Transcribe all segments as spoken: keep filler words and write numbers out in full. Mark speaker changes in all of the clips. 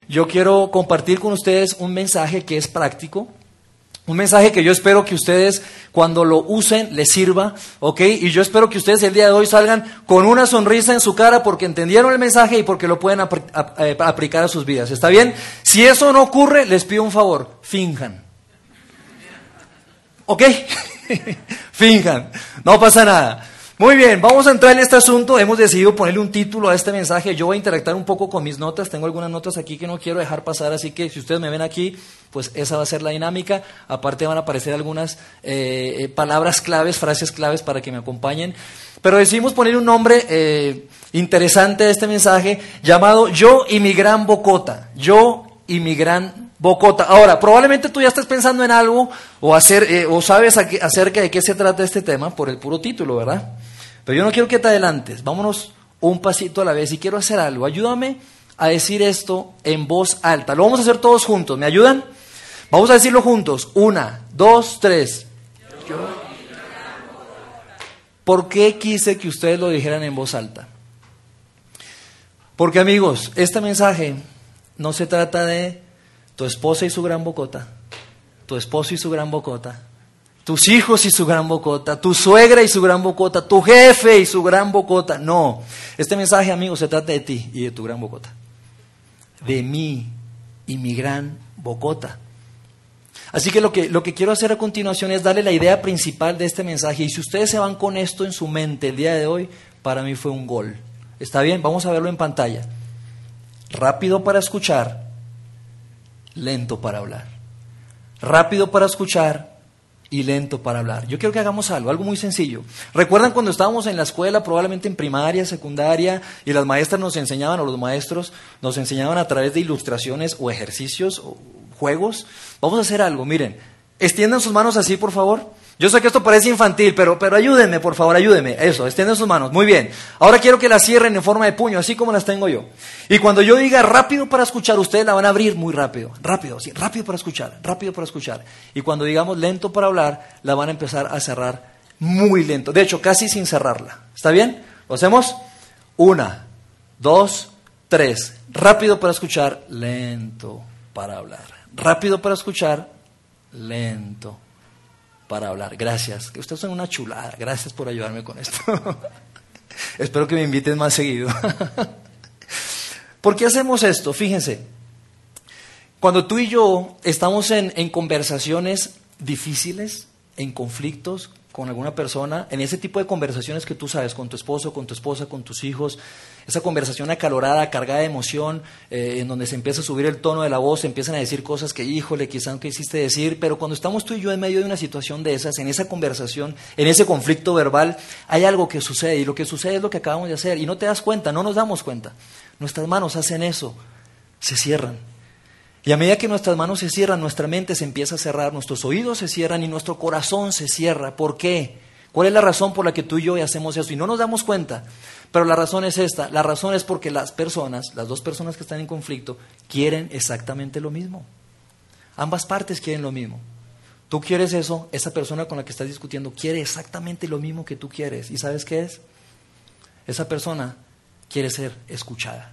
Speaker 1: yo quiero compartir con ustedes un mensaje que es práctico, un mensaje que yo espero que ustedes cuando lo usen les sirva, ¿ok? Y yo espero que ustedes el día de hoy salgan con una sonrisa en su cara porque entendieron el mensaje y porque lo pueden apl- ap- eh, aplicar a sus vidas, ¿está bien? Si eso no ocurre, les pido un favor, finjan. ¿Ok? Finjan, no pasa nada. Muy bien, vamos a entrar en este asunto. Hemos decidido ponerle un título a este mensaje. Yo voy a interactuar un poco con mis notas. Tengo algunas notas aquí que no quiero dejar pasar, así que si ustedes me ven aquí, pues esa va a ser la dinámica. Aparte van a aparecer algunas eh, eh, palabras claves, frases claves para que me acompañen. Pero decidimos poner un nombre eh, interesante a este mensaje llamado Yo y mi gran bocota. Yo y mi gran bocota. Ahora, probablemente tú ya estés pensando en algo o, hacer, eh, o sabes a qué, acerca de qué se trata este tema por el puro título, ¿verdad? Pero yo no quiero que te adelantes, vámonos un pasito a la vez y quiero hacer algo. Ayúdame a decir esto en voz alta. Lo vamos a hacer todos juntos, ¿me ayudan? Vamos a decirlo juntos. Una, dos, tres. Yo. ¿Por qué quise que ustedes lo dijeran en voz alta? Porque amigos, este mensaje no se trata de tu esposa y su gran bocota, tu esposo y su gran bocota, tus hijos y su gran bocota, tu suegra y su gran bocota, tu jefe y su gran bocota. No, este mensaje, amigos, se trata de ti y de tu gran bocota, de mí y mi gran bocota. Así que lo que, lo que quiero hacer a continuación es darle la idea principal de este mensaje. Y si ustedes se van con esto en su mente el día de hoy, para mí fue un gol. ¿Está bien? Vamos a verlo en pantalla. Rápido para escuchar, lento para hablar. Rápido para escuchar y lento para hablar. Yo quiero que hagamos algo, algo muy sencillo. ¿Recuerdan cuando estábamos en la escuela, probablemente en primaria, secundaria, y las maestras nos enseñaban, o los maestros nos enseñaban a través de ilustraciones o ejercicios o juegos? Vamos a hacer algo, miren. Extiendan sus manos así, por favor. Yo sé que esto parece infantil, pero, pero ayúdenme, por favor, ayúdenme. Eso, extiendan sus manos. Muy bien. Ahora quiero que las cierren en forma de puño, así como las tengo yo. Y cuando yo diga rápido para escuchar, ustedes la van a abrir muy rápido. Rápido, sí, rápido para escuchar, rápido para escuchar. Y cuando digamos lento para hablar, la van a empezar a cerrar muy lento. De hecho, casi sin cerrarla. ¿Está bien? ¿Lo hacemos? Una, dos, tres. Rápido para escuchar, lento para hablar. Rápido para escuchar, lento para hablar. Gracias. Que ustedes son una chulada. Gracias por ayudarme con esto. Espero que me inviten más seguido. ¿Por qué hacemos esto? Fíjense. Cuando tú y yo estamos en, en conversaciones difíciles, en conflictos con alguna persona, en ese tipo de conversaciones que tú sabes, con tu esposo, con tu esposa, con tus hijos, esa conversación acalorada, cargada de emoción, eh, en donde se empieza a subir el tono de la voz, se empiezan a decir cosas que, híjole, quizás no quisiste decir, pero cuando estamos tú y yo en medio de una situación de esas, en esa conversación, en ese conflicto verbal, hay algo que sucede, y lo que sucede es lo que acabamos de hacer, y no te das cuenta, no nos damos cuenta. Nuestras manos hacen eso, se cierran. Y a medida que nuestras manos se cierran, nuestra mente se empieza a cerrar, nuestros oídos se cierran y nuestro corazón se cierra. ¿Por qué? ¿Cuál es la razón por la que tú y yo hacemos eso? Y no nos damos cuenta, pero la razón es esta. La razón es porque las personas, las dos personas que están en conflicto, quieren exactamente lo mismo. Ambas partes quieren lo mismo. Tú quieres eso, esa persona con la que estás discutiendo quiere exactamente lo mismo que tú quieres. ¿Y sabes qué es? Esa persona quiere ser escuchada.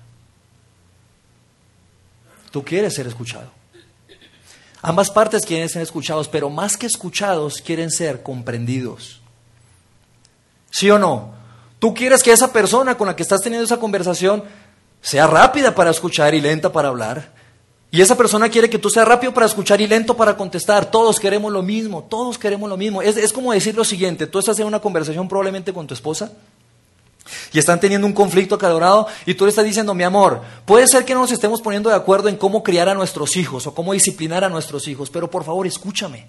Speaker 1: Tú quieres ser escuchado. Ambas partes quieren ser escuchados, pero más que escuchados, quieren ser comprendidos. ¿Sí o no? Tú quieres que esa persona con la que estás teniendo esa conversación sea rápida para escuchar y lenta para hablar. Y esa persona quiere que tú seas rápido para escuchar y lento para contestar. Todos queremos lo mismo, todos queremos lo mismo. Es, es como decir lo siguiente, tú estás en una conversación probablemente con tu esposa, y están teniendo un conflicto acalorado y tú le estás diciendo, mi amor, puede ser que no nos estemos poniendo de acuerdo en cómo criar a nuestros hijos o cómo disciplinar a nuestros hijos, pero por favor escúchame.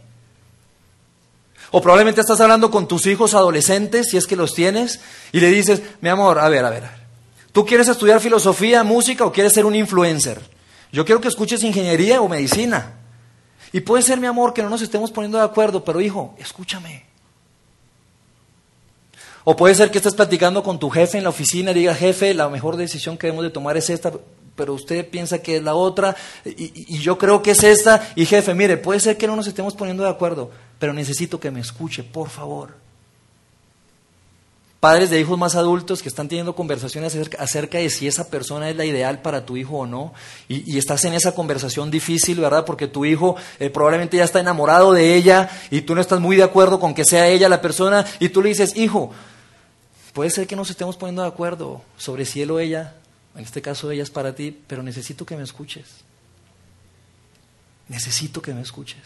Speaker 1: O probablemente estás hablando con tus hijos adolescentes, si es que los tienes, y le dices, mi amor, a ver, a ver, ¿tú quieres estudiar filosofía, música o quieres ser un influencer? Yo quiero que escuches ingeniería o medicina. Y puede ser, mi amor, que no nos estemos poniendo de acuerdo, pero hijo, escúchame. O puede ser que estés platicando con tu jefe en la oficina y diga, jefe, la mejor decisión que debemos de tomar es esta, pero usted piensa que es la otra, y, y yo creo que es esta, y jefe, mire, puede ser que no nos estemos poniendo de acuerdo, pero necesito que me escuche, por favor. Padres de hijos más adultos que están teniendo conversaciones acerca, acerca de si esa persona es la ideal para tu hijo o no, y, y estás en esa conversación difícil, ¿verdad? Porque tu hijo eh, probablemente ya está enamorado de ella y tú no estás muy de acuerdo con que sea ella la persona, y tú le dices, hijo, puede ser que nos estemos poniendo de acuerdo sobre si él o ella, en este caso ella es para ti, pero necesito que me escuches. Necesito que me escuches.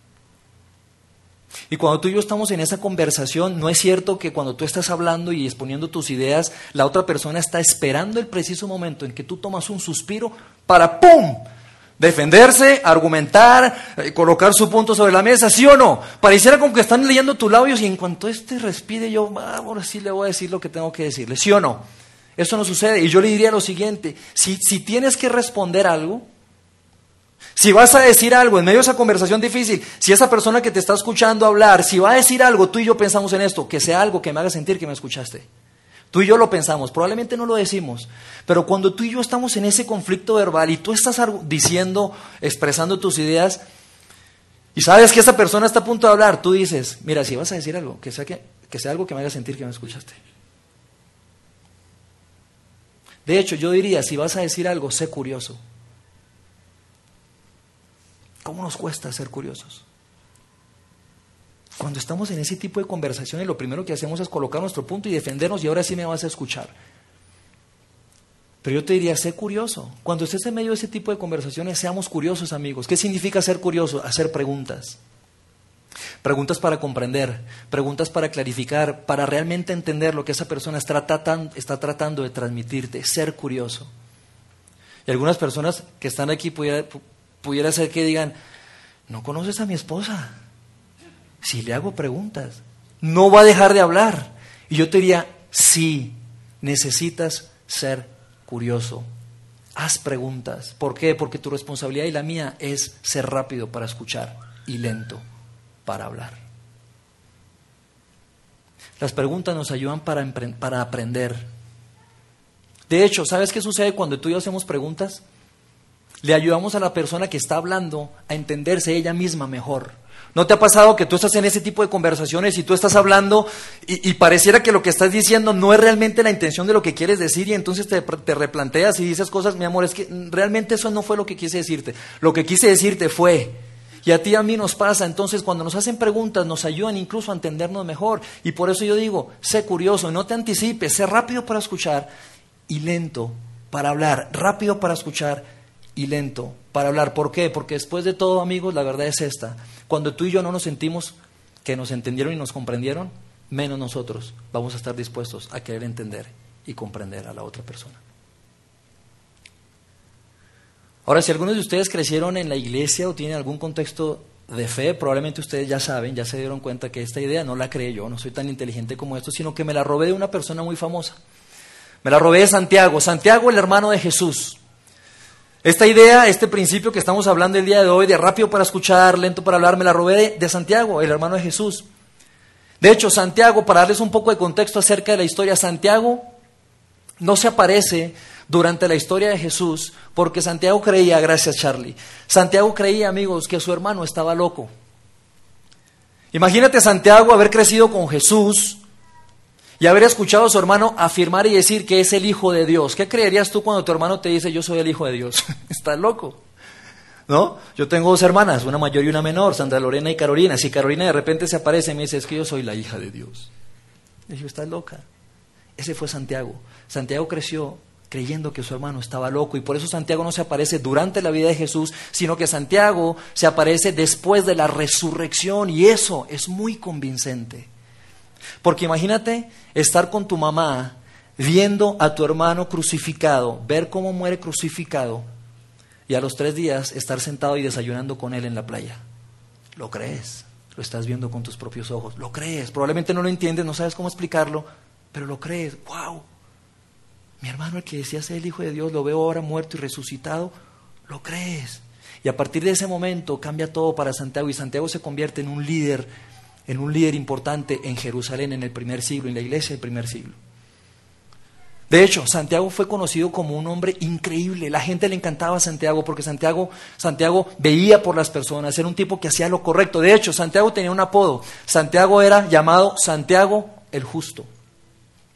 Speaker 1: Y cuando tú y yo estamos en esa conversación, no es cierto que cuando tú estás hablando y exponiendo tus ideas, la otra persona está esperando el preciso momento en que tú tomas un suspiro para ¡pum! Defenderse, argumentar, eh, colocar su punto sobre la mesa, ¿sí o no? Pareciera como que están leyendo tus labios y en cuanto este respire yo, ah, ahora sí le voy a decir lo que tengo que decirle, ¿sí o no? Eso no sucede. Y yo le diría lo siguiente, si, si tienes que responder algo, si vas a decir algo en medio de esa conversación difícil, si esa persona que te está escuchando hablar, si va a decir algo, tú y yo pensamos en esto, que sea algo que me haga sentir que me escuchaste. Tú y yo lo pensamos, probablemente no lo decimos, pero cuando tú y yo estamos en ese conflicto verbal y tú estás diciendo, expresando tus ideas, y sabes que esa persona está a punto de hablar, tú dices, mira, si vas a decir algo, que sea, que, que sea algo que me haga sentir que me escuchaste. De hecho, yo diría, si vas a decir algo, sé curioso. ¿Cómo nos cuesta ser curiosos? Cuando estamos en ese tipo de conversaciones, lo primero que hacemos es colocar nuestro punto y defendernos, y ahora sí me vas a escuchar. Pero yo te diría, sé curioso. Cuando estés en medio de ese tipo de conversaciones, seamos curiosos, amigos. ¿Qué significa ser curioso? Hacer preguntas. Preguntas para comprender, preguntas para clarificar, para realmente entender lo que esa persona está tratando, está tratando de transmitirte. Ser curioso. Y algunas personas que están aquí pudiera, pudiera ser que digan, no conoces a mi esposa. Si le hago preguntas, no va a dejar de hablar. Y yo te diría, sí, necesitas ser curioso. Haz preguntas. ¿Por qué? Porque tu responsabilidad y la mía es ser rápido para escuchar y lento para hablar. Las preguntas nos ayudan para, para aprender. De hecho, ¿sabes qué sucede cuando tú y yo hacemos preguntas? Le ayudamos a la persona que está hablando a entenderse ella misma mejor. ¿No te ha pasado que tú estás en ese tipo de conversaciones y tú estás hablando y, y pareciera que lo que estás diciendo no es realmente la intención de lo que quieres decir, y entonces te, te replanteas y dices cosas, mi amor, es que realmente eso no fue lo que quise decirte. Lo que quise decirte fue, y a ti y a mí nos pasa, entonces cuando nos hacen preguntas nos ayudan incluso a entendernos mejor. Y por eso yo digo, sé curioso, no te anticipes, sé rápido para escuchar y lento para hablar, rápido para escuchar y lento para hablar. ¿Por qué? Porque después de todo, amigos, la verdad es esta. Cuando tú y yo no nos sentimos que nos entendieron y nos comprendieron, menos nosotros vamos a estar dispuestos a querer entender y comprender a la otra persona. Ahora, si algunos de ustedes crecieron en la iglesia o tienen algún contexto de fe, probablemente ustedes ya saben, ya se dieron cuenta que esta idea no la creé yo, no soy tan inteligente como esto, sino que me la robé de una persona muy famosa. Me la robé de Santiago, Santiago el hermano de Jesús. Esta idea, este principio que estamos hablando el día de hoy, de rápido para escuchar, lento para hablar, me la robé de, de Santiago, el hermano de Jesús. De hecho, Santiago, para darles un poco de contexto acerca de la historia, Santiago no se aparece durante la historia de Jesús porque Santiago creía, gracias Charlie, Santiago creía, amigos, que su hermano estaba loco. Imagínate Santiago haber crecido con Jesús y haber escuchado a su hermano afirmar y decir que es el Hijo de Dios. ¿Qué creerías tú cuando tu hermano te dice, yo soy el Hijo de Dios? Estás loco, ¿no? Yo tengo dos hermanas, una mayor y una menor, Sandra Lorena y Carolina. Si Carolina de repente se aparece y me dice, es que yo soy la hija de Dios. Y yo, estás loca. Ese fue Santiago. Santiago creció creyendo que su hermano estaba loco, y por eso Santiago no se aparece durante la vida de Jesús, sino que Santiago se aparece después de la resurrección, y eso es muy convincente. Porque imagínate estar con tu mamá viendo a tu hermano crucificado, ver cómo muere crucificado, y a los tres días estar sentado y desayunando con él en la playa. ¿Lo crees? Lo estás viendo con tus propios ojos. ¿Lo crees? Probablemente no lo entiendes, no sabes cómo explicarlo, pero lo crees. ¡Wow! Mi hermano, el que decía ser el Hijo de Dios, lo veo ahora muerto y resucitado. ¿Lo crees? Y a partir de ese momento cambia todo para Santiago, y Santiago se convierte en un líder, en un líder importante en Jerusalén en el primer siglo, en la iglesia del primer siglo. De hecho, Santiago fue conocido como un hombre increíble. La gente le encantaba a Santiago porque Santiago, Santiago veía por las personas, era un tipo que hacía lo correcto. De hecho, Santiago tenía un apodo. Santiago era llamado Santiago el Justo.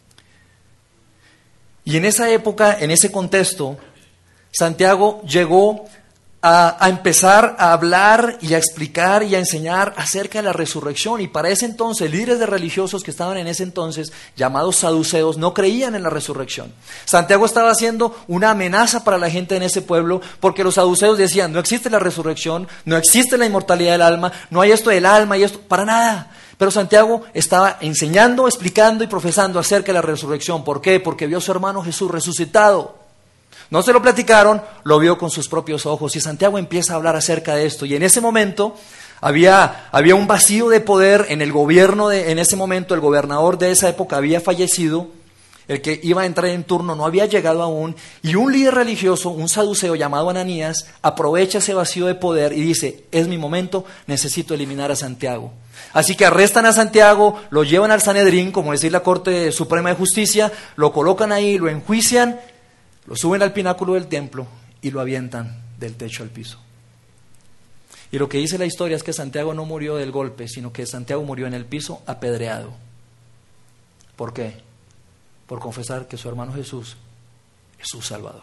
Speaker 1: Y en esa época, en ese contexto, Santiago llegó a, a empezar a hablar y a explicar y a enseñar acerca de la resurrección. Y para ese entonces, líderes de religiosos que estaban en ese entonces, llamados saduceos, no creían en la resurrección. Santiago estaba haciendo una amenaza para la gente en ese pueblo, porque los saduceos decían, no existe la resurrección, no existe la inmortalidad del alma, no hay esto del alma y esto, para nada. Pero Santiago estaba enseñando, explicando y profesando acerca de la resurrección. ¿Por qué? Porque vio a su hermano Jesús resucitado. No se lo platicaron, lo vio con sus propios ojos. Y Santiago empieza a hablar acerca de esto. Y en ese momento había, había un vacío de poder en el gobierno. De, en ese momento el gobernador de esa época había fallecido. El que iba a entrar en turno no había llegado aún. Y un líder religioso, un saduceo llamado Ananías, aprovecha ese vacío de poder y dice, es mi momento, necesito eliminar a Santiago. Así que arrestan a Santiago, lo llevan al Sanedrín, como decir la Corte Suprema de Justicia, lo colocan ahí, lo enjuician, lo suben al pináculo del templo y lo avientan del techo al piso. Y lo que dice la historia es que Santiago no murió del golpe, sino que Santiago murió en el piso apedreado. ¿Por qué? Por confesar que su hermano Jesús es su Salvador.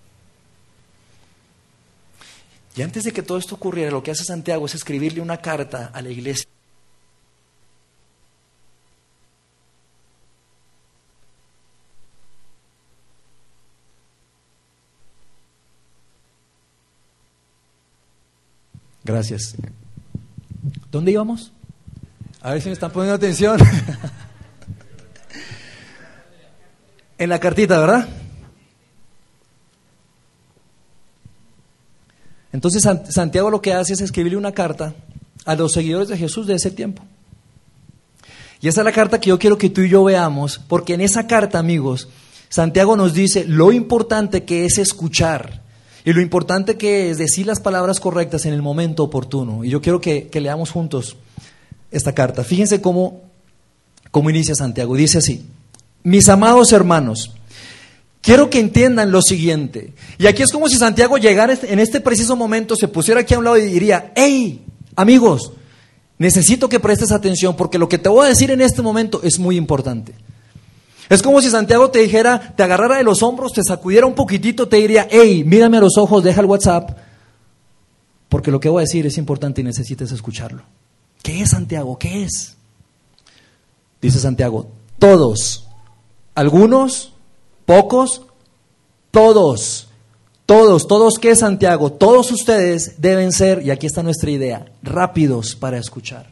Speaker 1: Y antes de que todo esto ocurriera, lo que hace Santiago es escribirle una carta a la iglesia. Gracias. ¿Dónde íbamos? A ver si me están poniendo atención. En la cartita, ¿verdad? Entonces Santiago lo que hace es escribirle una carta a los seguidores de Jesús de ese tiempo. Y esa es la carta que yo quiero que tú y yo veamos, porque en esa carta, amigos, Santiago nos dice lo importante que es escuchar y lo importante que es decir las palabras correctas en el momento oportuno. Y yo quiero que, que leamos juntos esta carta. Fíjense cómo, cómo inicia Santiago. Dice así: mis amados hermanos, quiero que entiendan lo siguiente. Y aquí es como si Santiago llegara en este preciso momento, se pusiera aquí a un lado y diría, hey, amigos, necesito que prestes atención porque lo que te voy a decir en este momento es muy importante. Es como si Santiago te dijera, te agarrara de los hombros, te sacudiera un poquitito, te diría, hey, mírame a los ojos, deja el WhatsApp, porque lo que voy a decir es importante y necesitas escucharlo. ¿Qué es, Santiago? ¿Qué es? Dice Santiago, todos, algunos, pocos, todos, todos, todos, ¿qué es, Santiago? Todos ustedes deben ser, y aquí está nuestra idea, rápidos para escuchar.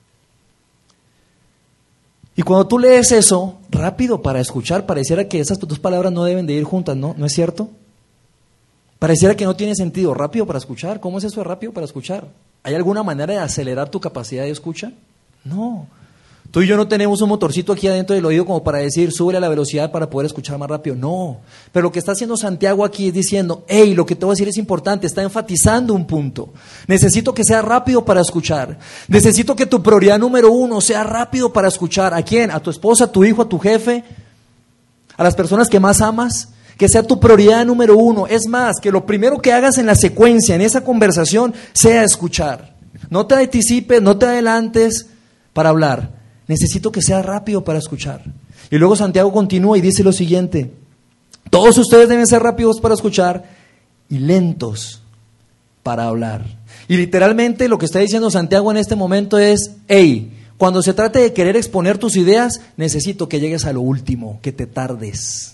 Speaker 1: Y cuando tú lees eso, rápido para escuchar, pareciera que esas dos palabras no deben de ir juntas, ¿no? ¿No es cierto? Pareciera que no tiene sentido. Rápido para escuchar, ¿cómo es eso de rápido para escuchar? ¿Hay alguna manera de acelerar tu capacidad de escucha? No. Tú y yo no tenemos un motorcito aquí adentro del oído como para decir, súbele a la velocidad para poder escuchar más rápido. No. Pero lo que está haciendo Santiago aquí es diciendo, hey, lo que te voy a decir es importante, está enfatizando un punto. Necesito que sea rápido para escuchar. Necesito que tu prioridad número uno sea rápido para escuchar. ¿A quién? ¿A tu esposa, a tu hijo, a tu jefe? ¿A las personas que más amas? Que sea tu prioridad número uno. Es más, que lo primero que hagas en la secuencia, en esa conversación, sea escuchar. No te anticipes, no te adelantes para hablar. Necesito que sea rápido para escuchar. Y luego Santiago continúa y dice lo siguiente: todos ustedes deben ser rápidos para escuchar y lentos para hablar. Y literalmente lo que está diciendo Santiago en este momento es, hey, cuando se trate de querer exponer tus ideas, necesito que llegues a lo último, que te tardes.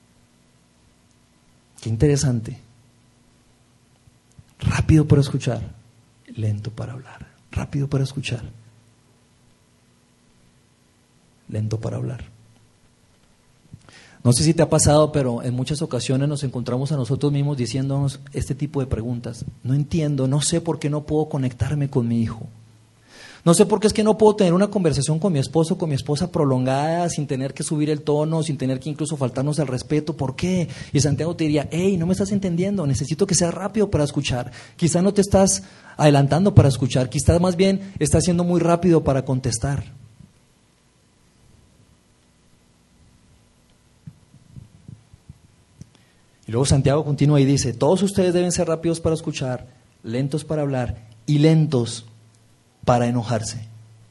Speaker 1: Qué interesante. Rápido para escuchar, lento para hablar. Rápido para escuchar, lento para hablar. No sé si te ha pasado, pero en muchas ocasiones nos encontramos a nosotros mismos diciéndonos este tipo de preguntas. No entiendo, no sé por qué no puedo conectarme con mi hijo. No sé por qué es que no puedo tener una conversación con mi esposo, con mi esposa prolongada, sin tener que subir el tono, sin tener que incluso faltarnos al respeto. ¿Por qué? Y Santiago te diría, hey, no me estás entendiendo, necesito que seas rápido para escuchar. Quizá no te estás adelantando para escuchar, quizá más bien estás siendo muy rápido para contestar. Y luego Santiago continúa y dice, todos ustedes deben ser rápidos para escuchar, lentos para hablar y lentos para enojarse.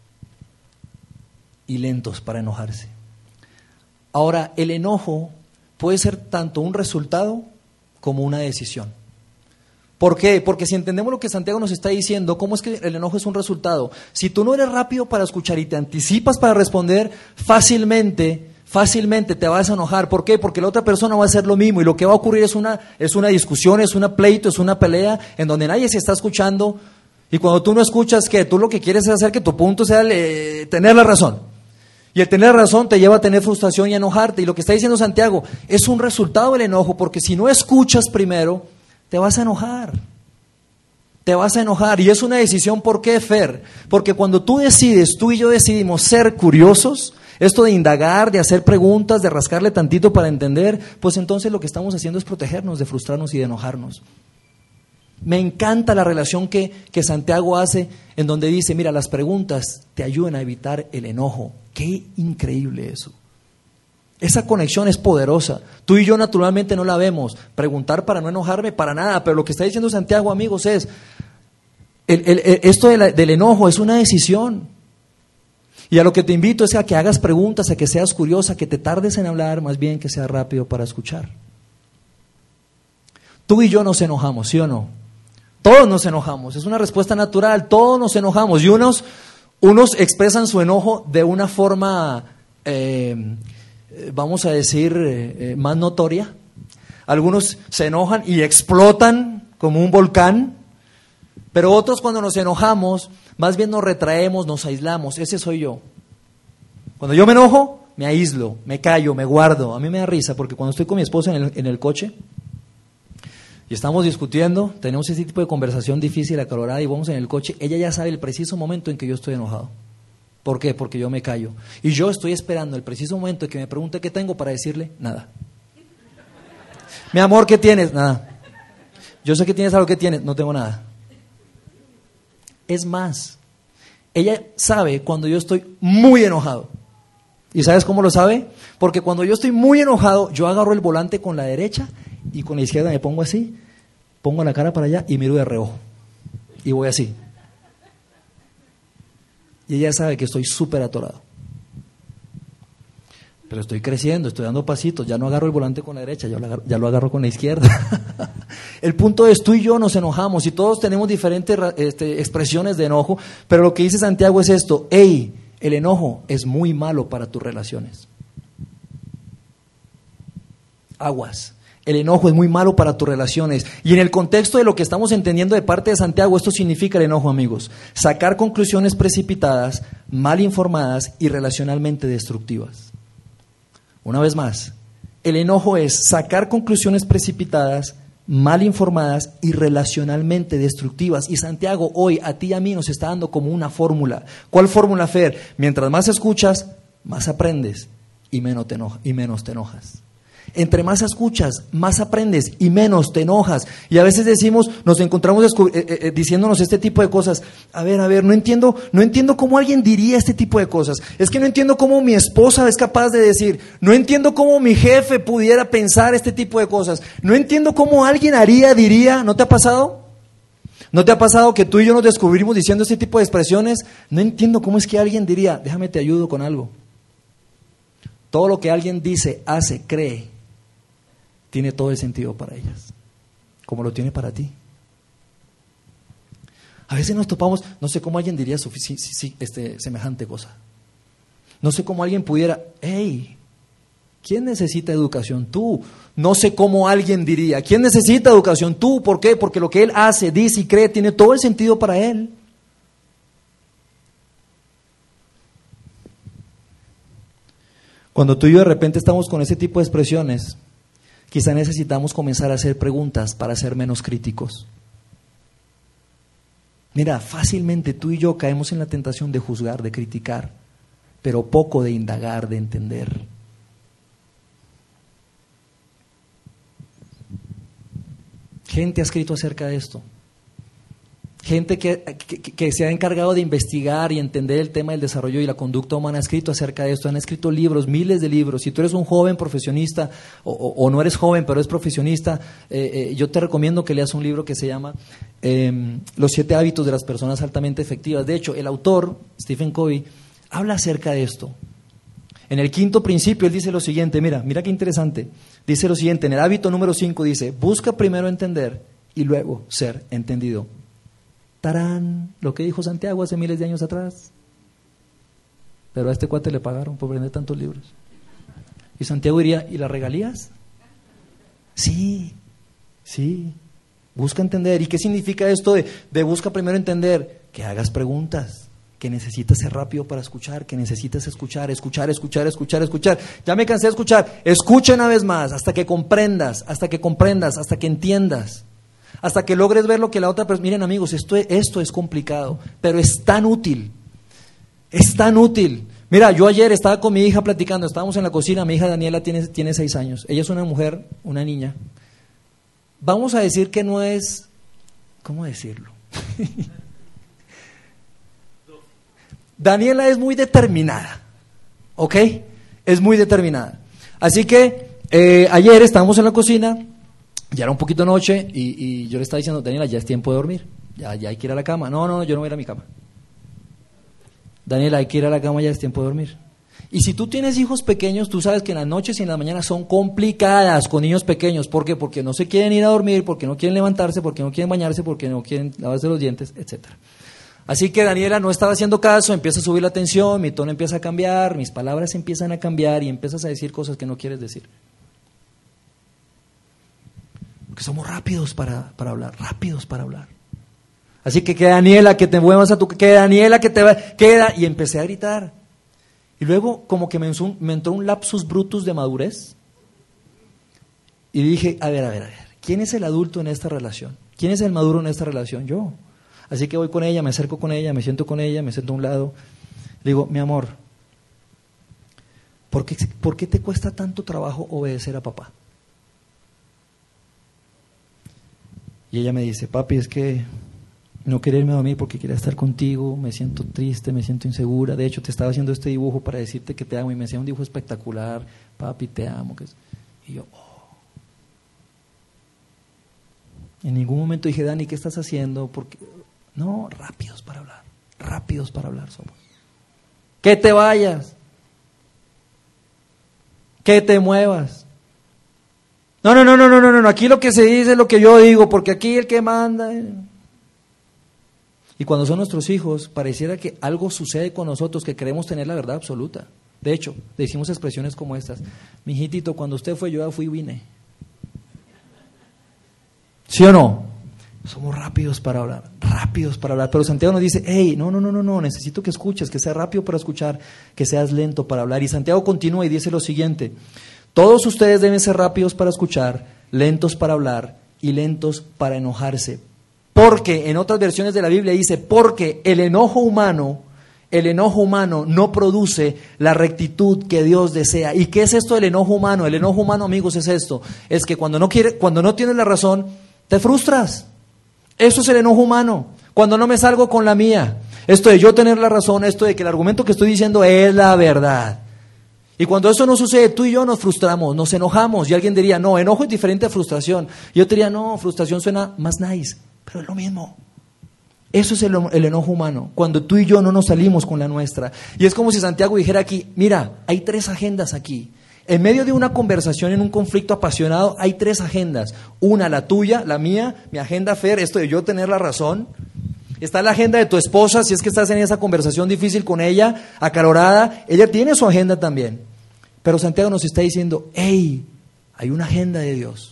Speaker 1: Y lentos para enojarse. Ahora, el enojo puede ser tanto un resultado como una decisión. ¿Por qué? Porque si entendemos lo que Santiago nos está diciendo, ¿cómo es que el enojo es un resultado? Si tú no eres rápido para escuchar y te anticipas para responder, fácilmente, fácilmente te vas a enojar. ¿Por qué? Porque la otra persona va a hacer lo mismo y lo que va a ocurrir es una, es una discusión, es una pleito, es una pelea en donde nadie se está escuchando. Y cuando tú no escuchas, ¿qué? Tú lo que quieres es hacer que tu punto sea el, eh, tener la razón. Y el tener razón te lleva a tener frustración y a enojarte. Y lo que está diciendo Santiago es un resultado del enojo, porque si no escuchas primero, te vas a enojar, te vas a enojar. Y es una decisión. ¿Por qué, Fer? Porque cuando tú decides, tú y yo decidimos ser curiosos, esto de indagar, de hacer preguntas, de rascarle tantito para entender, pues entonces lo que estamos haciendo es protegernos de frustrarnos y de enojarnos. Me encanta la relación que, que Santiago hace en donde dice, mira, las preguntas te ayudan a evitar el enojo. Qué increíble eso. Esa conexión es poderosa. Tú y yo naturalmente no la vemos. Preguntar para no enojarme, para nada. Pero lo que está diciendo Santiago, amigos, es el, el, el, esto de la, del enojo es una decisión. Y a lo que te invito es a que hagas preguntas, a que seas curiosa, que te tardes en hablar, más bien que seas rápido para escuchar. Tú y yo nos enojamos, ¿sí o no? Todos nos enojamos. Es una respuesta natural. Todos nos enojamos. Y unos, unos expresan su enojo de una forma... Eh, vamos a decir, eh, más notoria. Algunos se enojan y explotan como un volcán, pero otros cuando nos enojamos, más bien nos retraemos, nos aislamos. Ese soy yo. Cuando yo me enojo, me aíslo, me callo, me guardo. A mí me da risa porque cuando estoy con mi esposa en el, en el coche y estamos discutiendo, tenemos ese tipo de conversación difícil, acalorada, y vamos en el coche, ella ya sabe el preciso momento en que yo estoy enojado. ¿Por qué? Porque yo me callo. Y yo estoy esperando el preciso momento en que me pregunte qué tengo para decirle nada. Mi amor, ¿qué tienes? Nada. Yo sé que tienes algo que tienes, no tengo nada. Es más, ella sabe cuando yo estoy muy enojado. ¿Y sabes cómo lo sabe? Porque cuando yo estoy muy enojado, yo agarro el volante con la derecha y con la izquierda me pongo así, pongo la cara para allá y miro de reojo. Y voy así. Y ella sabe que estoy súper atorado. Pero estoy creciendo, estoy dando pasitos, ya no agarro el volante con la derecha, ya lo agarro, ya lo agarro con la izquierda. El punto es, tú y yo nos enojamos y todos tenemos diferentes este, expresiones de enojo, pero lo que dice Santiago es esto: hey, el enojo es muy malo para tus relaciones. Aguas. El enojo es muy malo para tus relaciones. Y en el contexto de lo que estamos entendiendo de parte de Santiago, esto significa el enojo, amigos: sacar conclusiones precipitadas, mal informadas y relacionalmente destructivas. Una vez más, el enojo es sacar conclusiones precipitadas, mal informadas y relacionalmente destructivas. Y Santiago hoy a ti y a mí nos está dando como una fórmula. ¿Cuál fórmula, Fer? Mientras más escuchas, más aprendes y menos te enojas, y menos te enojas. Entre más escuchas, más aprendes y menos te enojas. Y a veces decimos, nos encontramos descub- eh, eh, diciéndonos este tipo de cosas. A ver, a ver, no entiendo, no entiendo cómo alguien diría este tipo de cosas. Es que no entiendo cómo mi esposa es capaz de decir. No entiendo cómo mi jefe pudiera pensar este tipo de cosas. No entiendo cómo alguien haría, diría. ¿No te ha pasado? ¿No te ha pasado que tú y yo nos descubrimos diciendo este tipo de expresiones? No entiendo cómo es que alguien diría. Déjame te ayudo con algo. Todo lo que alguien dice, hace, cree, tiene todo el sentido para ellas, como lo tiene para ti. A veces nos topamos, no sé cómo alguien diría sí, sí, sí, este, semejante cosa. No sé cómo alguien pudiera, hey, ¿quién necesita educación? Tú. No sé cómo alguien diría, ¿quién necesita educación? Tú. ¿Por qué? Porque lo que él hace, dice y cree tiene todo el sentido para él. Cuando tú y yo de repente estamos con ese tipo de expresiones, quizá necesitamos comenzar a hacer preguntas para ser menos críticos. Mira, fácilmente tú y yo caemos en la tentación de juzgar, de criticar, pero poco de indagar, de entender. Gente ha escrito acerca de esto. Gente que, que, que se ha encargado de investigar y entender el tema del desarrollo y la conducta humana ha escrito acerca de esto, han escrito libros, miles de libros. Si tú eres un joven profesionista o, o, o no eres joven pero eres profesionista, eh, eh, yo te recomiendo que leas un libro que se llama eh, Los siete hábitos de las personas altamente efectivas. De hecho, el autor, Stephen Covey, habla acerca de esto. En el quinto principio él dice lo siguiente, mira, mira qué interesante. Dice lo siguiente, en el hábito número cinco dice, busca primero entender y luego ser entendido. ¡Tarán! Lo que dijo Santiago hace miles de años atrás. Pero a este cuate le pagaron por vender tantos libros. Y Santiago diría, ¿y las regalías? Sí, sí. Busca entender. ¿Y qué significa esto de, de busca primero entender? Que hagas preguntas. Que necesitas ser rápido para escuchar, que necesitas escuchar, escuchar, escuchar, escuchar, escuchar. Ya me cansé de escuchar. Escucha una vez más, hasta que comprendas, hasta que comprendas, hasta que entiendas, hasta que logres ver lo que la otra persona... Miren amigos, esto, esto es complicado, pero es tan útil, es tan útil. Mira, yo ayer estaba con mi hija platicando, estábamos en la cocina, mi hija Daniela tiene, tiene seis años, ella es una mujer, una niña. Vamos a decir que no es... ¿Cómo decirlo? Daniela es muy determinada, ¿ok? Es muy determinada. Así que eh, ayer estábamos en la cocina, ya era un poquito noche, y, y yo le estaba diciendo, Daniela, ya es tiempo de dormir, ya, ya hay que ir a la cama. No, no, yo no voy a ir a mi cama. Daniela, hay que ir a la cama, ya es tiempo de dormir. Y si tú tienes hijos pequeños, tú sabes que en las noches y en las mañanas son complicadas con niños pequeños. ¿Por qué? Porque no se quieren ir a dormir, porque no quieren levantarse, porque no quieren bañarse, porque no quieren lavarse los dientes, etcétera. Así que Daniela no estaba haciendo caso, empieza a subir la tensión, mi tono empieza a cambiar, mis palabras empiezan a cambiar y empiezas a decir cosas que no quieres decir. Porque somos rápidos para, para hablar, rápidos para hablar. Así que que Daniela, que te muevas a tu... que Daniela, que te va... queda... Y empecé a gritar. Y luego como que me, me entró un lapsus brutus de madurez. Y dije, a ver, a ver, a ver, ¿quién es el adulto en esta relación? ¿Quién es el maduro en esta relación? Yo. Así que voy con ella, me acerco con ella, me siento con ella, me siento a un lado. Le digo, mi amor, ¿por qué, ¿por qué te cuesta tanto trabajo obedecer a papá? Y ella me dice, papi, es que no quería irme a dormir porque quería estar contigo, me siento triste, me siento insegura. De hecho, te estaba haciendo este dibujo para decirte que te amo. Y me hacía un dibujo espectacular, papi, te amo. Y yo, oh. En ningún momento dije, Dani, ¿qué estás haciendo? Porque... No, rápidos para hablar, rápidos para hablar somos. Que te vayas, que te muevas. No, no, no, no, no, no, no, aquí lo que se dice es lo que yo digo, porque aquí el que manda. Y cuando son nuestros hijos, pareciera que algo sucede con nosotros, que queremos tener la verdad absoluta. De hecho, decimos expresiones como estas: mijitito, cuando usted fue, yo ya fui y vine. ¿Sí o no? Somos rápidos para hablar, rápidos para hablar. Pero Santiago nos dice, hey, no, no, no, no, no, necesito que escuches, que seas rápido para escuchar, que seas lento para hablar. Y Santiago continúa y dice lo siguiente: todos ustedes deben ser rápidos para escuchar, lentos para hablar y lentos para enojarse. Porque, en otras versiones de la Biblia dice, porque el enojo humano, el enojo humano no produce la rectitud que Dios desea. ¿Y qué es esto del enojo humano? El enojo humano, amigos, es esto: es que cuando no quiere, cuando no tienes la razón, te frustras. Eso es el enojo humano, cuando no me salgo con la mía. Esto de yo tener la razón, esto de que el argumento que estoy diciendo es la verdad. Y cuando eso no sucede, tú y yo nos frustramos, nos enojamos. Y alguien diría, no, enojo es diferente a frustración. Y yo te diría, no, frustración suena más nice, pero es lo mismo. Eso es el, el enojo humano, cuando tú y yo no nos salimos con la nuestra. Y es como si Santiago dijera aquí, mira, hay tres agendas aquí. En medio de una conversación, en un conflicto apasionado, hay tres agendas. Una, la tuya, la mía, mi agenda, Fer, esto de yo tener la razón. Está la agenda de tu esposa, si es que estás en esa conversación difícil con ella, acalorada, ella tiene su agenda también. Pero Santiago nos está diciendo, hey, hay una agenda de Dios.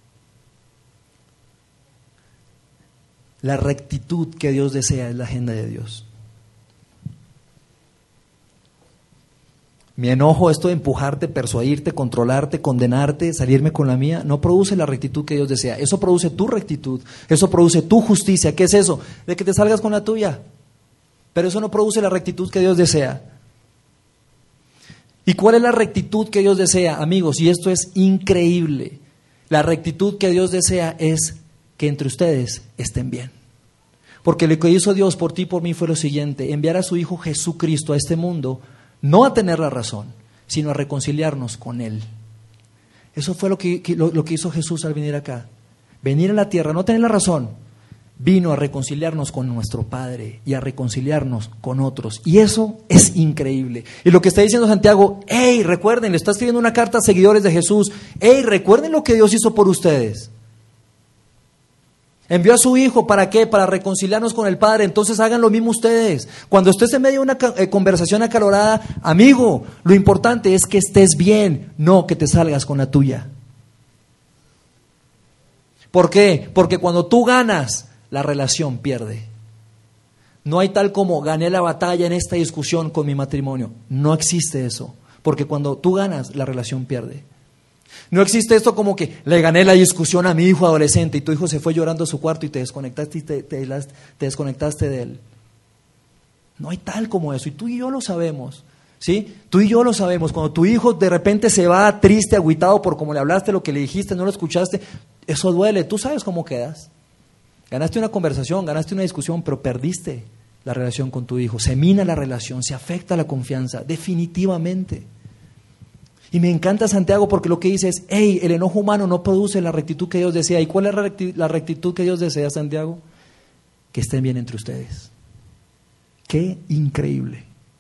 Speaker 1: La rectitud que Dios desea es la agenda de Dios. Mi enojo, esto de empujarte, persuadirte, controlarte, condenarte, salirme con la mía, no produce la rectitud que Dios desea. Eso produce tu rectitud, eso produce tu justicia. ¿Qué es eso? De que te salgas con la tuya. Pero eso no produce la rectitud que Dios desea. ¿Y cuál es la rectitud que Dios desea, amigos? Y esto es increíble. La rectitud que Dios desea es que entre ustedes estén bien. Porque lo que hizo Dios por ti y por mí fue lo siguiente: enviar a su Hijo Jesucristo a este mundo, no a tener la razón, sino a reconciliarnos con Él. Eso fue lo que, lo, lo que hizo Jesús al venir acá. Venir a la tierra, no tener la razón, vino a reconciliarnos con nuestro Padre y a reconciliarnos con otros. Y eso es increíble. Y lo que está diciendo Santiago, hey, recuerden, le está escribiendo una carta a seguidores de Jesús. Hey, recuerden lo que Dios hizo por ustedes. Envió a su Hijo, ¿para qué? Para reconciliarnos con el Padre. Entonces hagan lo mismo ustedes. Cuando estés en medio de una eh, conversación acalorada, amigo, lo importante es que estés bien, no que te salgas con la tuya. ¿Por qué? Porque cuando tú ganas, la relación pierde. No hay tal como gané la batalla en esta discusión con mi matrimonio. No existe eso. Porque cuando tú ganas, la relación pierde. No existe esto como que le gané la discusión a mi hijo adolescente y tu hijo se fue llorando a su cuarto y te desconectaste y te, te, te desconectaste de él. No hay tal como eso. Y tú y yo lo sabemos. ¿Sí? Tú y yo lo sabemos. Cuando tu hijo de repente se va triste, agüitado por cómo le hablaste, lo que le dijiste, no lo escuchaste, eso duele. Tú sabes cómo quedas. Ganaste una conversación, ganaste una discusión, pero perdiste la relación con tu hijo. Se mina la relación, se afecta la confianza, definitivamente. Y me encanta Santiago porque lo que dice es, hey, el enojo humano no produce la rectitud que Dios desea. ¿Y cuál es la rectitud, la rectitud que Dios desea, Santiago? Que estén bien entre ustedes. ¡Qué increíble!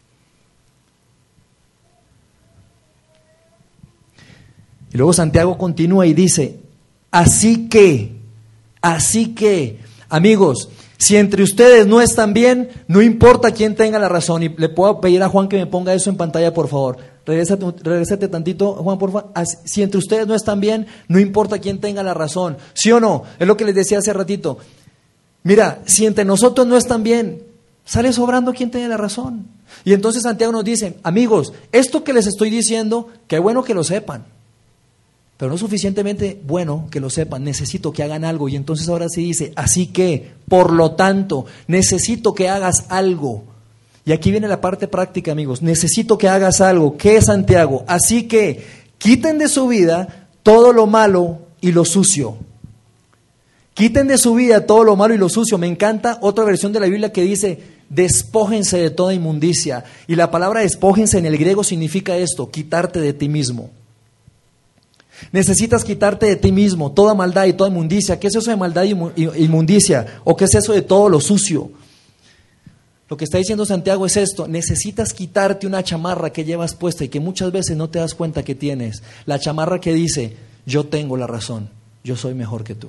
Speaker 1: Y luego Santiago continúa y dice, así que, así que, amigos, si entre ustedes no están bien, no importa quién tenga la razón. Y le puedo pedir a Juan que me ponga eso en pantalla, por favor. Regrésate, regrésate tantito, Juan, por favor. Si entre ustedes no están bien, no importa quién tenga la razón. ¿Sí o no? Es lo que les decía hace ratito. Mira, si entre nosotros no están bien, sale sobrando quien tiene la razón. Y entonces Santiago nos dice, amigos, esto que les estoy diciendo, qué bueno que lo sepan. Pero no es suficientemente bueno que lo sepan, necesito que hagan algo. Y entonces ahora sí dice, así que, por lo tanto, necesito que hagas algo. Y aquí viene la parte práctica, amigos, necesito que hagas algo. ¿Qué es Santiago? Así que, quiten de su vida todo lo malo y lo sucio. Quiten de su vida todo lo malo y lo sucio. Me encanta otra versión de la Biblia que dice, despójense de toda inmundicia. Y la palabra despójense en el griego significa esto, quitarte de ti mismo. Necesitas quitarte de ti mismo toda maldad y toda inmundicia. ¿Qué es eso de maldad y inmundicia? ¿O qué es eso de todo lo sucio? Lo que está diciendo Santiago es esto: necesitas quitarte una chamarra que llevas puesta y que muchas veces no te das cuenta que tienes. La chamarra que dice, yo tengo la razón, yo soy mejor que tú.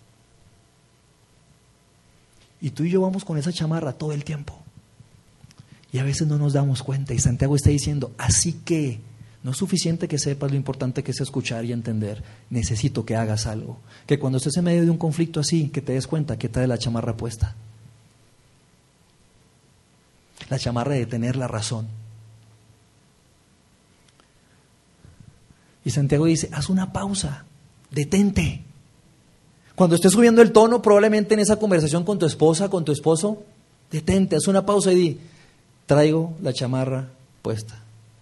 Speaker 1: Y tú y yo vamos con esa chamarra todo el tiempo. Y a veces no nos damos cuenta. Y Santiago está diciendo, así que no es suficiente que sepas lo importante que es escuchar y entender. Necesito que hagas algo. Que cuando estés en medio de un conflicto así, que te des cuenta que trae la chamarra puesta. La chamarra de tener la razón. Y Santiago dice, haz una pausa, detente. Cuando estés subiendo el tono, probablemente en esa conversación con tu esposa, con tu esposo, detente, haz una pausa y di, traigo la chamarra puesta.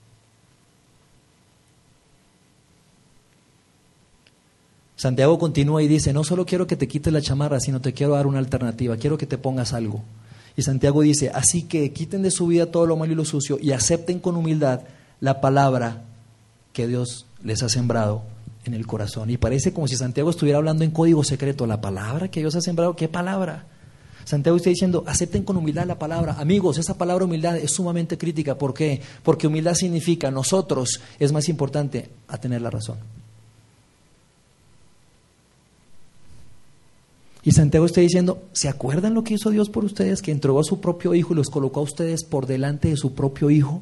Speaker 1: Santiago continúa y dice, no solo quiero que te quites la chamarra, sino te quiero dar una alternativa, quiero que te pongas algo. Y Santiago dice, así que quiten de su vida todo lo malo y lo sucio y acepten con humildad la palabra que Dios les ha sembrado en el corazón. Y parece como si Santiago estuviera hablando en código secreto, la palabra que Dios ha sembrado, ¿qué palabra? Santiago está diciendo, acepten con humildad la palabra. Amigos, esa palabra humildad es sumamente crítica. ¿Por qué? Porque humildad significa nosotros es más importante a tener la razón. Y Santiago está diciendo, ¿se acuerdan lo que hizo Dios por ustedes? Que entregó a su propio hijo y los colocó a ustedes por delante de su propio hijo.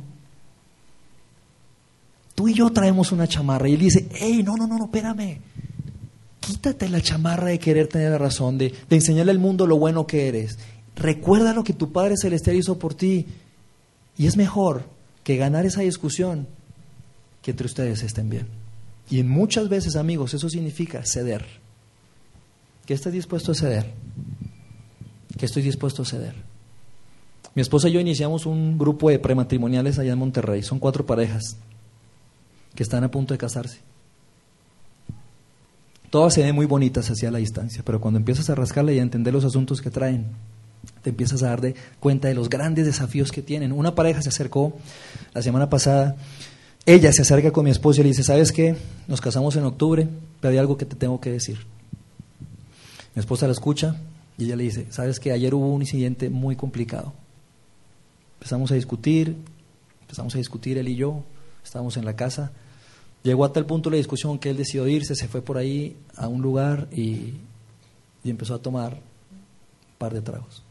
Speaker 1: Tú y yo traemos una chamarra y él dice, hey, no, no, no, no, espérame. Quítate la chamarra de querer tener la razón, de, de enseñarle al mundo lo bueno que eres. Recuerda lo que tu Padre Celestial hizo por ti. Y es mejor que ganar esa discusión que entre ustedes estén bien. Y en muchas veces, amigos, eso significa ceder. ¿Qué estás dispuesto a ceder? ¿Qué estoy dispuesto a ceder? Mi esposa y yo iniciamos un grupo de prematrimoniales allá en Monterrey. Son cuatro parejas que están a punto de casarse. Todas se ven muy bonitas hacia la distancia, pero cuando empiezas a rascarle y a entender los asuntos que traen, te empiezas a dar de cuenta de los grandes desafíos que tienen. Una pareja se acercó la semana pasada. Ella se acerca con mi esposo y le dice, ¿sabes qué? Nos casamos en octubre, pero hay algo que te tengo que decir. Mi esposa la escucha, Y ella le dice, ¿sabes qué? Ayer hubo un incidente muy complicado. Empezamos a discutir, empezamos a discutir él y yo, estábamos en la casa. Llegó a tal punto la discusión que él decidió irse, se fue por ahí a un lugar y, y empezó a tomar un par de tragos.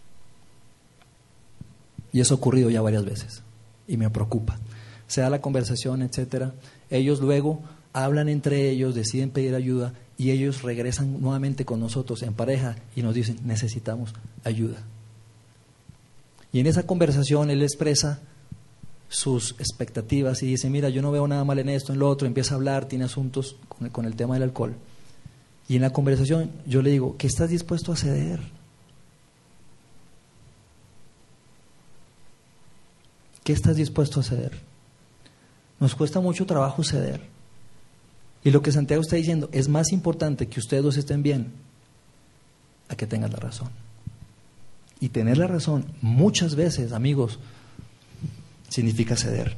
Speaker 1: Y eso ha ocurrido ya varias veces y me preocupa. Se da la conversación, etcétera. Ellos luego hablan entre ellos, deciden pedir ayuda y ellos regresan nuevamente con nosotros en pareja y nos dicen, necesitamos ayuda. Y en esa conversación él expresa sus expectativas y dice, mira, yo no veo nada mal en esto, en lo otro, empieza a hablar, tiene asuntos con el, con el tema del alcohol. Y en la conversación yo le digo, ¿qué estás dispuesto a ceder? ¿Qué estás dispuesto a ceder? Nos cuesta mucho trabajo ceder. Y lo que Santiago está diciendo, es más importante que ustedes dos estén bien a que tengan la razón. Y tener la razón muchas veces, amigos, significa ceder.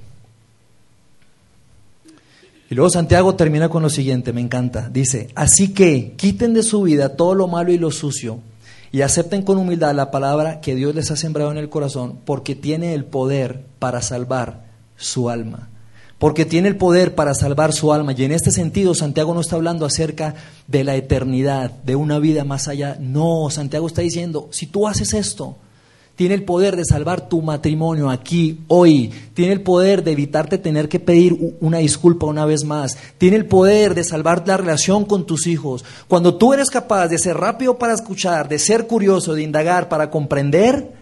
Speaker 1: Y luego Santiago termina con lo siguiente, me encanta. Dice, así que quiten de su vida todo lo malo y lo sucio y acepten con humildad la palabra que Dios les ha sembrado en el corazón, porque tiene el poder para salvar su alma. Porque tiene el poder para salvar su alma. Y en este sentido Santiago no está hablando acerca de la eternidad, de una vida más allá. No, Santiago está diciendo, si tú haces esto, tiene el poder de salvar tu matrimonio aquí, hoy. Tiene el poder de evitarte tener que pedir una disculpa una vez más. Tiene el poder de salvar la relación con tus hijos. Cuando tú eres capaz de ser rápido para escuchar, de ser curioso, de indagar, para comprender,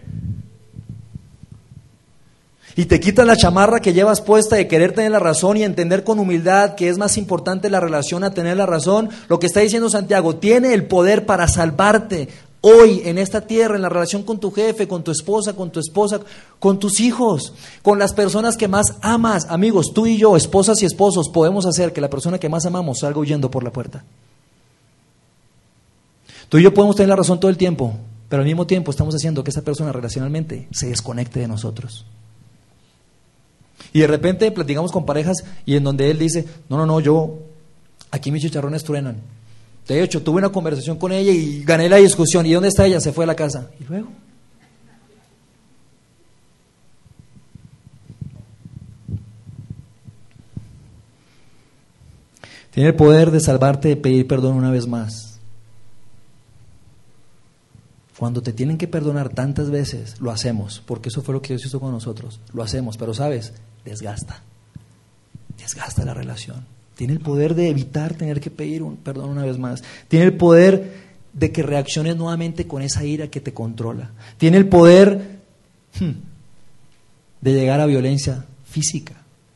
Speaker 1: y te quitas la chamarra que llevas puesta de querer tener la razón y entender con humildad que es más importante la relación a tener la razón, lo que está diciendo Santiago, tiene el poder para salvarte hoy en esta tierra, en la relación con tu jefe, con tu esposa, con tu esposa, con tus hijos, con las personas que más amas. Amigos, tú y yo, esposas y esposos, podemos hacer que la persona que más amamos salga huyendo por la puerta. Tú y yo podemos tener la razón todo el tiempo, pero al mismo tiempo estamos haciendo que esa persona relacionalmente se desconecte de nosotros. Y de repente platicamos con parejas y en donde él dice, no, no, no, yo, aquí mis chicharrones truenan. De hecho, tuve una conversación con ella y gané la discusión. ¿Y dónde está ella? Se fue a la casa. ¿Y luego? Tiene el poder de salvarte, de pedir perdón una vez más. Cuando te tienen que perdonar tantas veces, lo hacemos, porque eso fue lo que Dios hizo con nosotros. Lo hacemos, pero ¿sabes? Desgasta. Desgasta la relación. Tiene el poder de evitar tener que pedir un perdón una vez más. Tiene el poder de que reacciones nuevamente con esa ira que te controla. Tiene el poder hmm, de llegar a violencia física.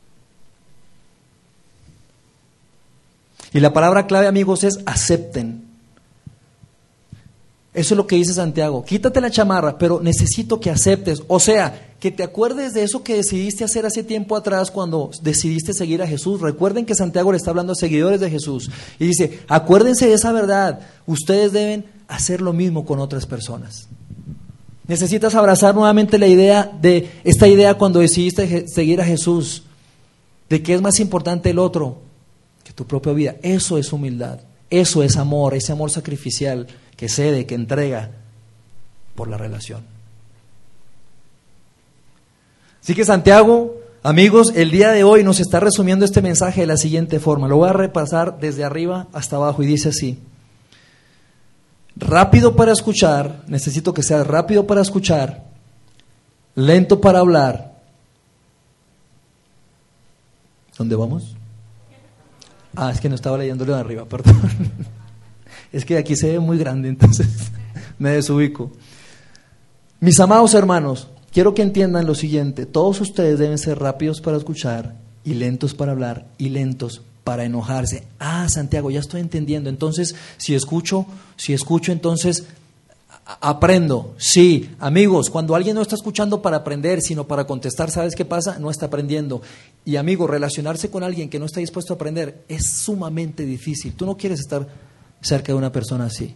Speaker 1: Y la palabra clave, amigos, es acepten. Eso es lo que dice Santiago. Quítate la chamarra, pero necesito que aceptes. O sea, que te acuerdes de eso que decidiste hacer hace tiempo atrás cuando decidiste seguir a Jesús. Recuerden que Santiago le está hablando a seguidores de Jesús. Y dice, acuérdense de esa verdad. Ustedes deben hacer lo mismo con otras personas. Necesitas abrazar nuevamente la idea de esta idea cuando decidiste seguir a Jesús. De que es más importante el otro que tu propia vida. Eso es humildad. Eso es amor, ese amor sacrificial que cede, que entrega por la relación. Así que Santiago, amigos, el día de hoy nos está resumiendo este mensaje de la siguiente forma. Lo voy a repasar desde arriba hasta abajo y dice así: rápido para escuchar, necesito que seas rápido para escuchar, lento para hablar. ¿Dónde vamos? Ah, es que no estaba leyéndolo de arriba, perdón. Es que aquí se ve muy grande, entonces me desubico. Mis amados hermanos, quiero que entiendan lo siguiente: todos ustedes deben ser rápidos para escuchar y lentos para hablar y lentos para enojarse. Ah, Santiago, ya estoy entendiendo. Entonces, si escucho, si escucho, entonces aprendo. Sí, amigos, cuando alguien no está escuchando para aprender, sino para contestar, ¿sabes qué pasa? No está aprendiendo. Y amigos, relacionarse con alguien que no está dispuesto a aprender es sumamente difícil. Tú no quieres estar cerca de una persona así.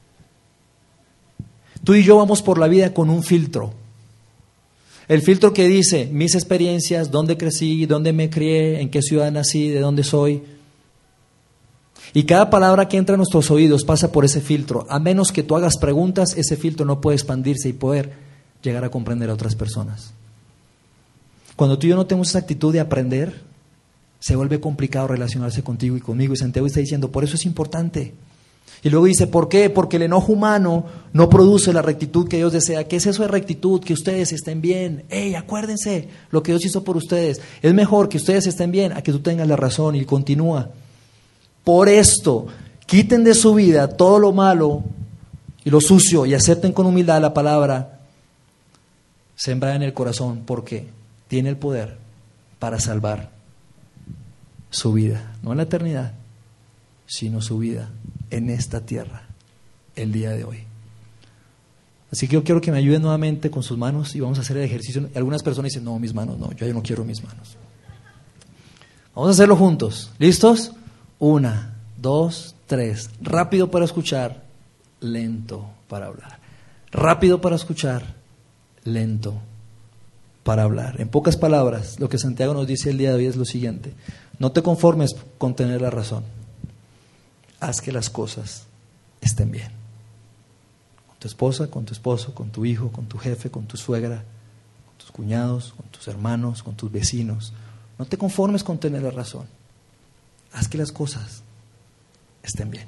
Speaker 1: Tú y yo vamos por la vida con un filtro. El filtro que dice mis experiencias, dónde crecí, dónde me crié, en qué ciudad nací, de dónde soy. Y cada palabra que entra a nuestros oídos pasa por ese filtro. A menos que tú hagas preguntas, ese filtro no puede expandirse y poder llegar a comprender a otras personas. Cuando tú y yo no tenemos esa actitud de aprender, se vuelve complicado relacionarse contigo y conmigo. Y Santiago está diciendo, por eso es importante. Y luego dice, ¿por qué? Porque el enojo humano no produce la rectitud que Dios desea. ¿Qué es eso de rectitud? Que ustedes estén bien. ¡Ey, acuérdense lo que Dios hizo por ustedes! Es mejor que ustedes estén bien a que tú tengas la razón. Y continúa. Por esto, quiten de su vida todo lo malo y lo sucio y acepten con humildad la palabra sembrada en el corazón, porque tiene el poder para salvar su vida, no en la eternidad, sino su vida en esta tierra, el día de hoy. Así que yo quiero que me ayuden nuevamente con sus manos y vamos a hacer el ejercicio. Algunas personas dicen, no, mis manos, no, yo ya no quiero mis manos. Vamos a hacerlo juntos, ¿listos? Una, dos, tres. Rápido para escuchar, lento para hablar. Rápido para escuchar, lento para hablar. En pocas palabras, lo que Santiago nos dice el día de hoy es lo siguiente: no te conformes con tener la razón. Haz que las cosas estén bien. Con tu esposa, con tu esposo, con tu hijo, con tu jefe, con tu suegra, con tus cuñados, con tus hermanos, con tus vecinos. No te conformes con tener la razón. Haz que las cosas estén bien.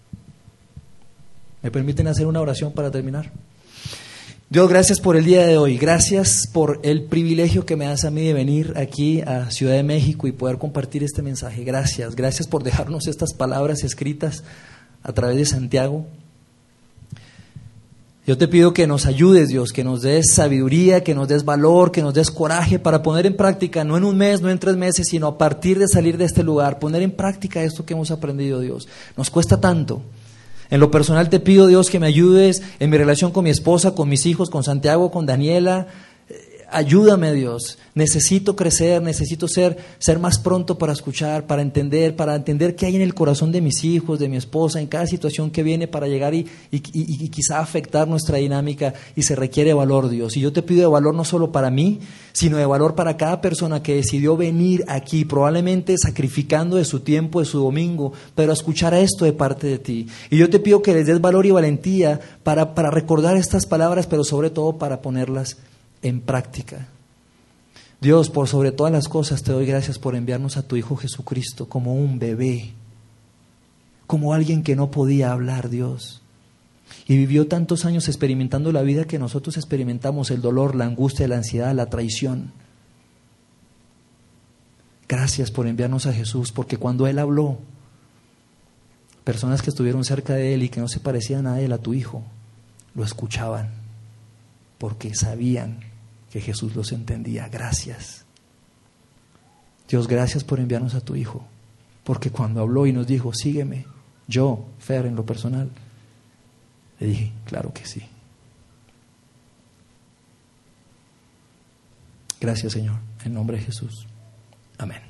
Speaker 1: ¿Me permiten hacer una oración para terminar? Dios, gracias por el día de hoy. Gracias por el privilegio que me das a mí de venir aquí a Ciudad de México y poder compartir este mensaje. Gracias. Gracias por dejarnos estas palabras escritas a través de Santiago. Yo te pido que nos ayudes, Dios, que nos des sabiduría, que nos des valor, que nos des coraje para poner en práctica, no en un mes, no en tres meses, sino a partir de salir de este lugar, poner en práctica esto que hemos aprendido, Dios. Nos cuesta tanto. En lo personal te pido, Dios, que me ayudes en mi relación con mi esposa, con mis hijos, con Santiago, con Daniela. Ayúdame, Dios. Necesito crecer, necesito ser, ser más pronto para escuchar, para entender, para entender qué hay en el corazón de mis hijos, de mi esposa, en cada situación que viene para llegar y, y, y, y quizá afectar nuestra dinámica, y se requiere valor, Dios. Y yo te pido de valor no solo para mí, sino de valor para cada persona que decidió venir aquí, probablemente sacrificando de su tiempo, de su domingo, pero a escuchar esto de parte de ti. Y yo te pido que les des valor y valentía para, para recordar estas palabras, pero sobre todo para ponerlas en práctica. Dios, por sobre todas las cosas te doy gracias por enviarnos a tu Hijo Jesucristo como un bebé, como alguien que no podía hablar, Dios, y vivió tantos años experimentando la vida que nosotros experimentamos, el dolor, la angustia, la ansiedad, la traición. Gracias por enviarnos a Jesús, porque cuando Él habló, personas que estuvieron cerca de Él y que no se parecían a Él, a tu Hijo, lo escuchaban, porque sabían que Jesús los entendía. Gracias. Dios, gracias por enviarnos a tu Hijo, porque cuando habló y nos dijo, sígueme, yo, Fer, en lo personal, le dije, claro que sí. Gracias, Señor, en nombre de Jesús. Amén.